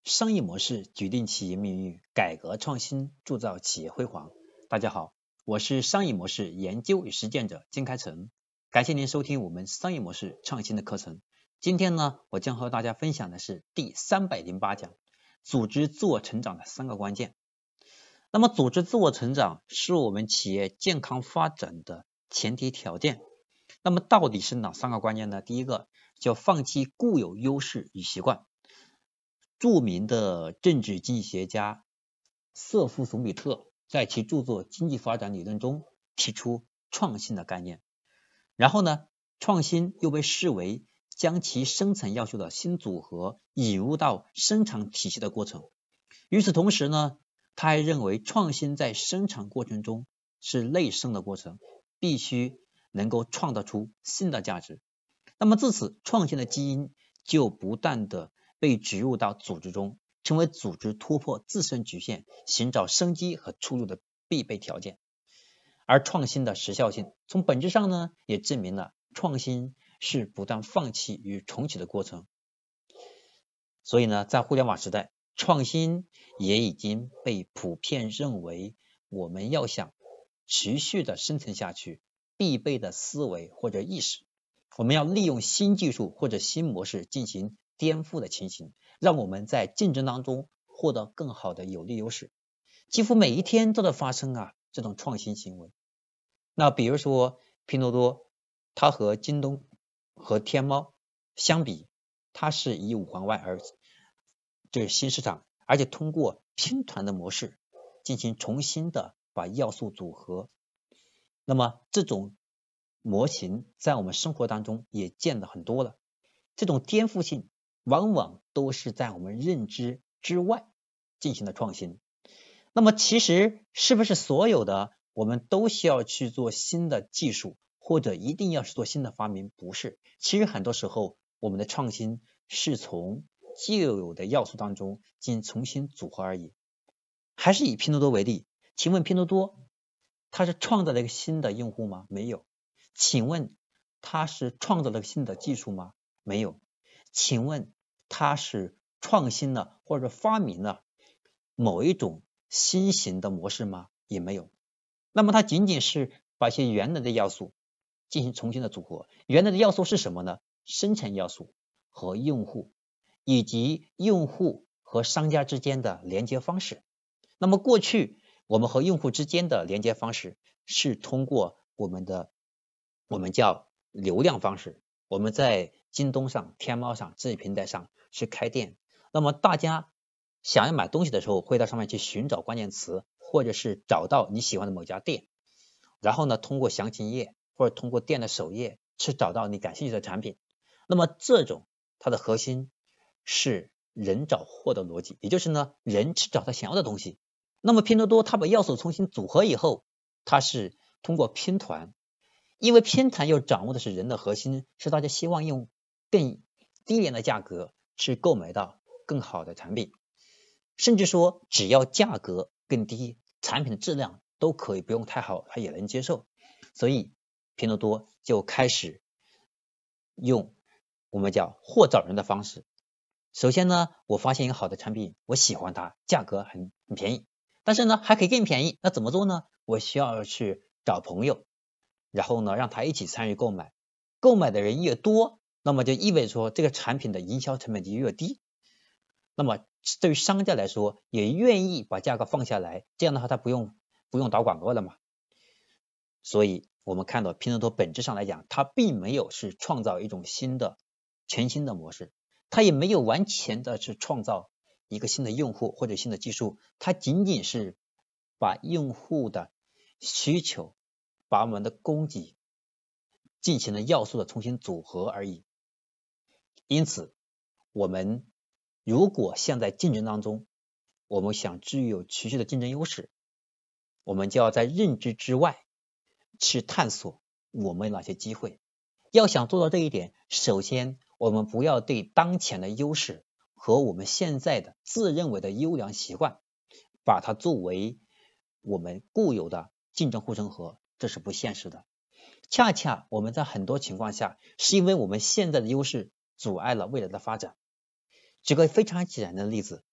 商业模式决定企业命运，改革创新铸造企业辉煌。大家好，我是商业模式研究与实践者金开成，感谢您收听我们商业模式创新的课程。今天呢，我将和大家分享的是第308讲，组织自我成长的3个关键。那么，组织自我成长是我们企业健康发展的前提条件。那么，到底是哪3个关键呢？第一个叫放弃固有优势与习惯。著名的政治经济学家瑟夫索米特在其著作《经济发展理论》中提出创新的概念。然后呢，创新又被视为将其生产要素的新组合引入到生产体系的过程。与此同时呢，他还认为创新在生产过程中是内生的过程，必须能够创造出新的价值。那么自此，创新的基因就不断的被植入到组织中，成为组织突破自身局限、寻找生机和出路的必备条件。而创新的时效性，从本质上呢，也证明了创新是不断放弃与重启的过程。所以呢，在互联网时代，创新也已经被普遍认为我们要想持续的生存下去必备的思维或者意识。我们要利用新技术或者新模式进行颠覆的情形，让我们在竞争当中获得更好的有利优势。几乎每一天都在发生这种创新行为。那比如说拼多多，它和京东和天猫相比，它是以5环外而这是新市场，而且通过拼团的模式进行重新的把要素组合。那么这种模型在我们生活当中也见得很多了。这种颠覆性往往都是在我们认知之外进行的创新。那么其实是不是所有的我们都需要去做新的技术，或者一定要去做新的发明？不是，其实很多时候我们的创新是从旧有的要素当中进行重新组合而已。还是以拼多多为例，请问拼多多它是创造了一个新的用户吗？没有。请问它是创造了新的技术吗？没有。请问它是创新了或者发明了某一种新型的模式吗？也没有。那么它仅仅是把一些原来的要素进行重新的组合。原来的要素是什么呢？生产要素和用户，以及用户和商家之间的连接方式。那么过去我们和用户之间的连接方式是通过我们叫流量方式。我们在京东上、天猫上这些平台上是开店，那么大家想要买东西的时候会到上面去寻找关键词，或者是找到你喜欢的某家店，然后呢通过详情页或者通过店的首页去找到你感兴趣的产品。那么这种它的核心是人找货的逻辑，也就是呢人去找他想要的东西。那么拼多多它把要素重新组合以后，它是通过拼团，因为拼团又掌握的是人的核心，是大家希望用更低廉的价格去购买到更好的产品，甚至说只要价格更低，产品的质量都可以不用太好，它也能接受。所以拼多多就开始用我们叫货找人的方式。首先呢，我发现一个好的产品，我喜欢它，价格很便宜，但是呢还可以更便宜。那怎么做呢？我需要去找朋友，然后呢让他一起参与购买。购买的人越多，那么就意味着说这个产品的营销成本就越低。那么对于商家来说也愿意把价格放下来，这样的话他不用打广告了嘛。所以我们看到拼多多本质上来讲，它并没有是创造一种全新的模式，它也没有完全的去创造一个新的用户或者新的技术，它仅仅是把用户的需求，把我们的供给进行了要素的重新组合而已。因此我们如果像在竞争当中，我们想具有持续的竞争优势，我们就要在认知之外去探索我们哪些机会。要想做到这一点，首先我们不要对当前的优势和我们现在的自认为的优良习惯把它作为我们固有的竞争护城河，这是不现实的。恰恰我们在很多情况下是因为我们现在的优势阻碍了未来的发展。举个非常简单的例子，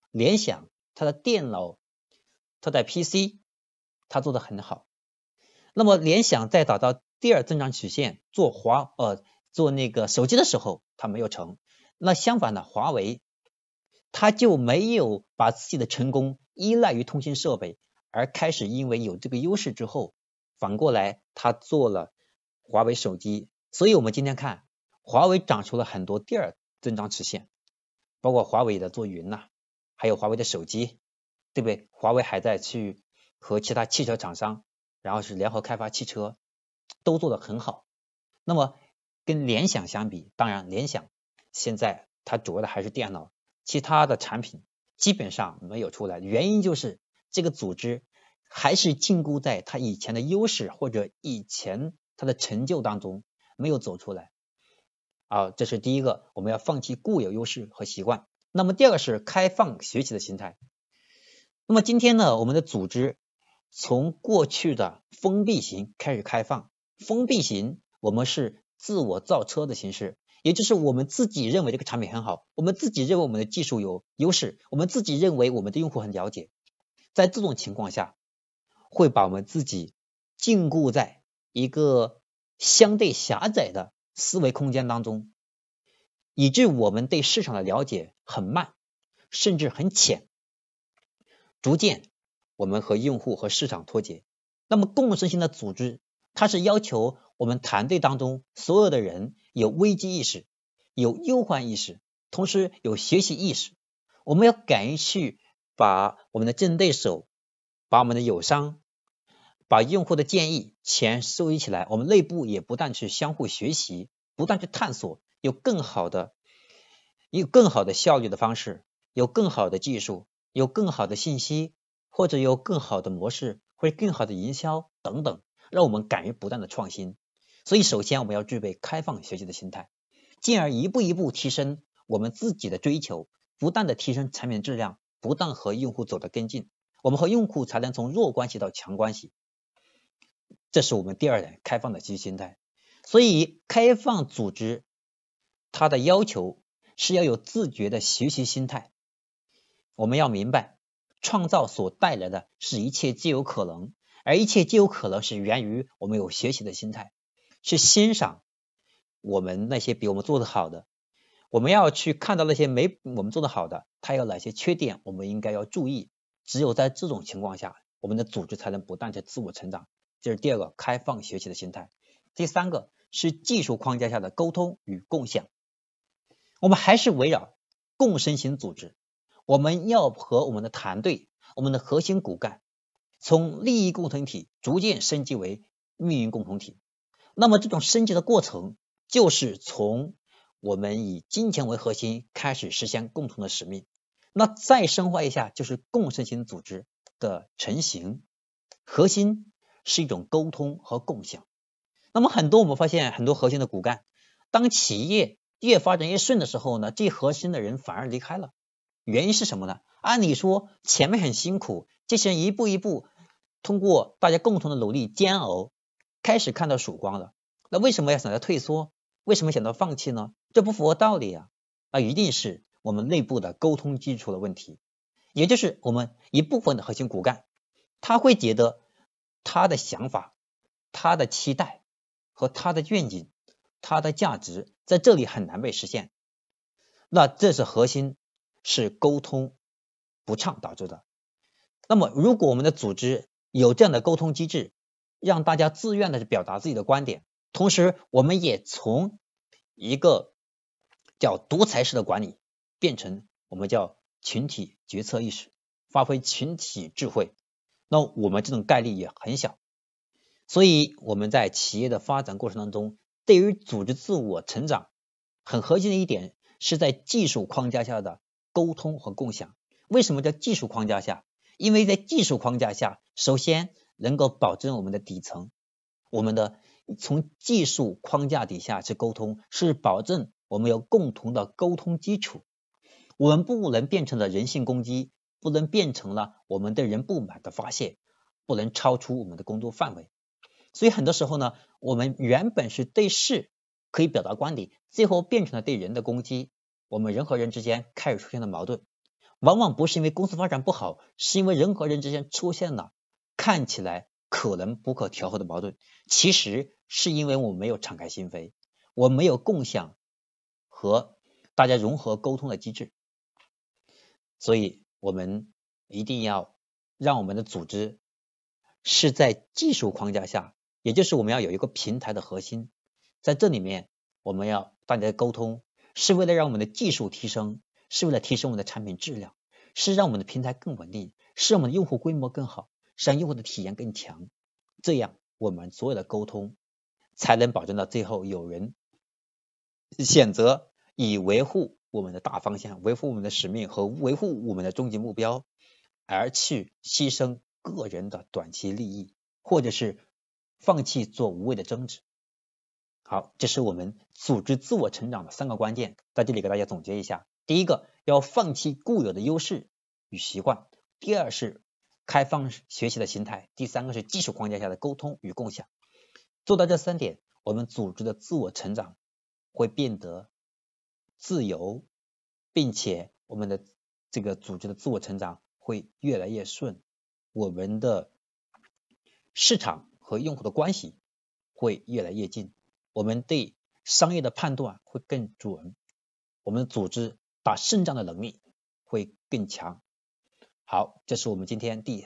联想它的电脑，它的 PC 它做得很好。那么联想在找到第二增长曲线做那个手机的时候，它没有成。那相反的，华为它就没有把自己的成功依赖于通信设备，而开始因为有这个优势之后，反过来它做了华为手机。所以我们今天看华为长出了很多第二增长曲线，包括华为的做云还有华为的手机，对不对？华为还在去和其他汽车厂商，然后是联合开发汽车，都做得很好。那么跟联想相比，当然联想现在它主要的还是电脑，其他的产品基本上没有出来，原因就是这个组织还是禁锢在它以前的优势或者以前它的成就当中，没有走出来。这是第一个，我们要放弃固有优势和习惯。那么第二个是开放学习的心态。那么今天呢，我们的组织从过去的封闭型开始开放。封闭型我们是自我造车的形式，也就是我们自己认为这个产品很好，我们自己认为我们的技术有优势，我们自己认为我们的用户很了解，在这种情况下会把我们自己禁锢在一个相对狭窄的思维空间当中，以致我们对市场的了解很慢，甚至很浅，逐渐我们和用户和市场脱节。那么共生型的组织，它是要求我们团队当中所有的人有危机意识，有忧患意识，同时有学习意识。我们要敢于去把我们的竞争对手，把我们的友商，把用户的建议全收集起来，我们内部也不断去相互学习，不断去探索，有更好的效率的方式，有更好的技术，有更好的信息，或者有更好的模式，或者更好的营销等等，让我们敢于不断的创新。所以首先我们要具备开放学习的心态，进而一步一步提升我们自己的追求，不断的提升产品质量，不断和用户走得更近，我们和用户才能从弱关系到强关系。这是我们第二点，开放的学习心态。所以开放组织它的要求是要有自觉的学习心态。我们要明白，创造所带来的是一切皆有可能，而一切皆有可能是源于我们有学习的心态，去欣赏我们那些比我们做得好的，我们要去看到那些没我们做得好的，它有哪些缺点，我们应该要注意。只有在这种情况下，我们的组织才能不断的自我成长。这是第二个，开放学习的心态。第三个是技术框架下的沟通与共享。我们还是围绕共生型组织，我们要和我们的团队，我们的核心骨干，从利益共同体逐渐升级为命运共同体。那么这种升级的过程，就是从我们以金钱为核心开始实现共同的使命。那再深化一下，就是共生型组织的成型，核心是一种沟通和共享。那么我们发现很多核心的骨干，当企业越发展越顺的时候呢，这些核心的人反而离开了。原因是什么呢？按理说前面很辛苦，这些人一步一步通过大家共同的努力煎熬，开始看到曙光了。那为什么要想要退缩？为什么想到放弃呢？这不符合道理啊！一定是我们内部的沟通基础的问题，也就是我们一部分的核心骨干，他会觉得他的想法、他的期待和他的愿景、他的价值在这里很难被实现。那这是核心是沟通不畅导致的。那么如果我们的组织有这样的沟通机制，让大家自愿的表达自己的观点，同时我们也从一个叫独裁式的管理变成我们叫群体决策意识，发挥群体智慧，那我们这种概率也很小。所以我们在企业的发展过程当中，对于组织自我成长很核心的一点是在技术框架下的沟通和共享。为什么叫技术框架下？因为在技术框架下，首先能够保证我们的底层，我们的从技术框架底下去沟通，是保证我们有共同的沟通基础。我们不能变成了人性攻击，不能变成了我们对人不满的发泄，不能超出我们的工作范围。所以很多时候呢，我们原本是对事可以表达观点，最后变成了对人的攻击，我们人和人之间开始出现了矛盾。 往往不是因为公司发展不好，是因为人和人之间出现了看起来可能不可调和的矛盾，其实是因为我们没有敞开心扉，我们没有共享和大家融合沟通的机制。所以我们一定要让我们的组织是在技术框架下，也就是我们要有一个平台的核心，在这里面我们要大家的沟通是为了让我们的技术提升，是为了提升我们的产品质量，是让我们的平台更稳定，是让我们的用户规模更好，是让用户的体验更强，这样我们所有的沟通才能保证到最后有人选择以维护我们的大方向，维护我们的使命和维护我们的终极目标，而去牺牲个人的短期利益，或者是放弃做无谓的争执。好，这是我们组织自我成长的3个关键，在这里给大家总结一下。第一个，要放弃固有的优势与习惯；第二是开放学习的心态；第三个是技术框架下的沟通与共享。做到这3点，我们组织的自我成长会变得自由，并且我们的这个组织的自我成长会越来越顺，我们的市场和用户的关系会越来越近，我们对商业的判断会更准，我们组织打胜仗的能力会更强。好，这是我们今天第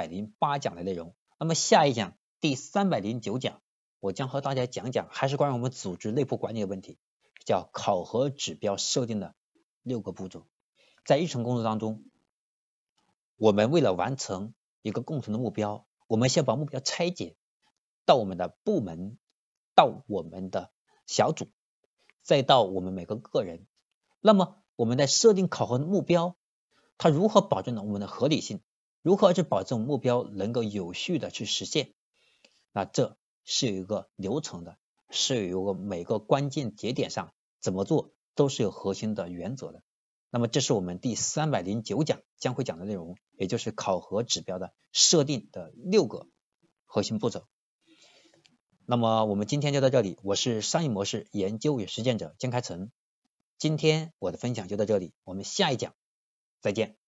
308讲的内容。那么下一讲第309讲，我将和大家讲讲还是关于我们组织内部管理的问题，叫考核指标设定的6个步骤。在日常工作当中，我们为了完成一个共同的目标，我们先把目标拆解到我们的部门，到我们的小组，再到我们每个个人。那么我们在设定考核的目标，它如何保证了我们的合理性？如何去保证目标能够有序的去实现？那这是有一个流程的，是有一个每个关键节点上怎么做都是有核心的原则的。那么这是我们第309讲将会讲的内容，也就是考核指标的设定的6个核心步骤。那么我们今天就到这里，我是商业模式研究与实践者江开成，今天我的分享就到这里，我们下一讲再见。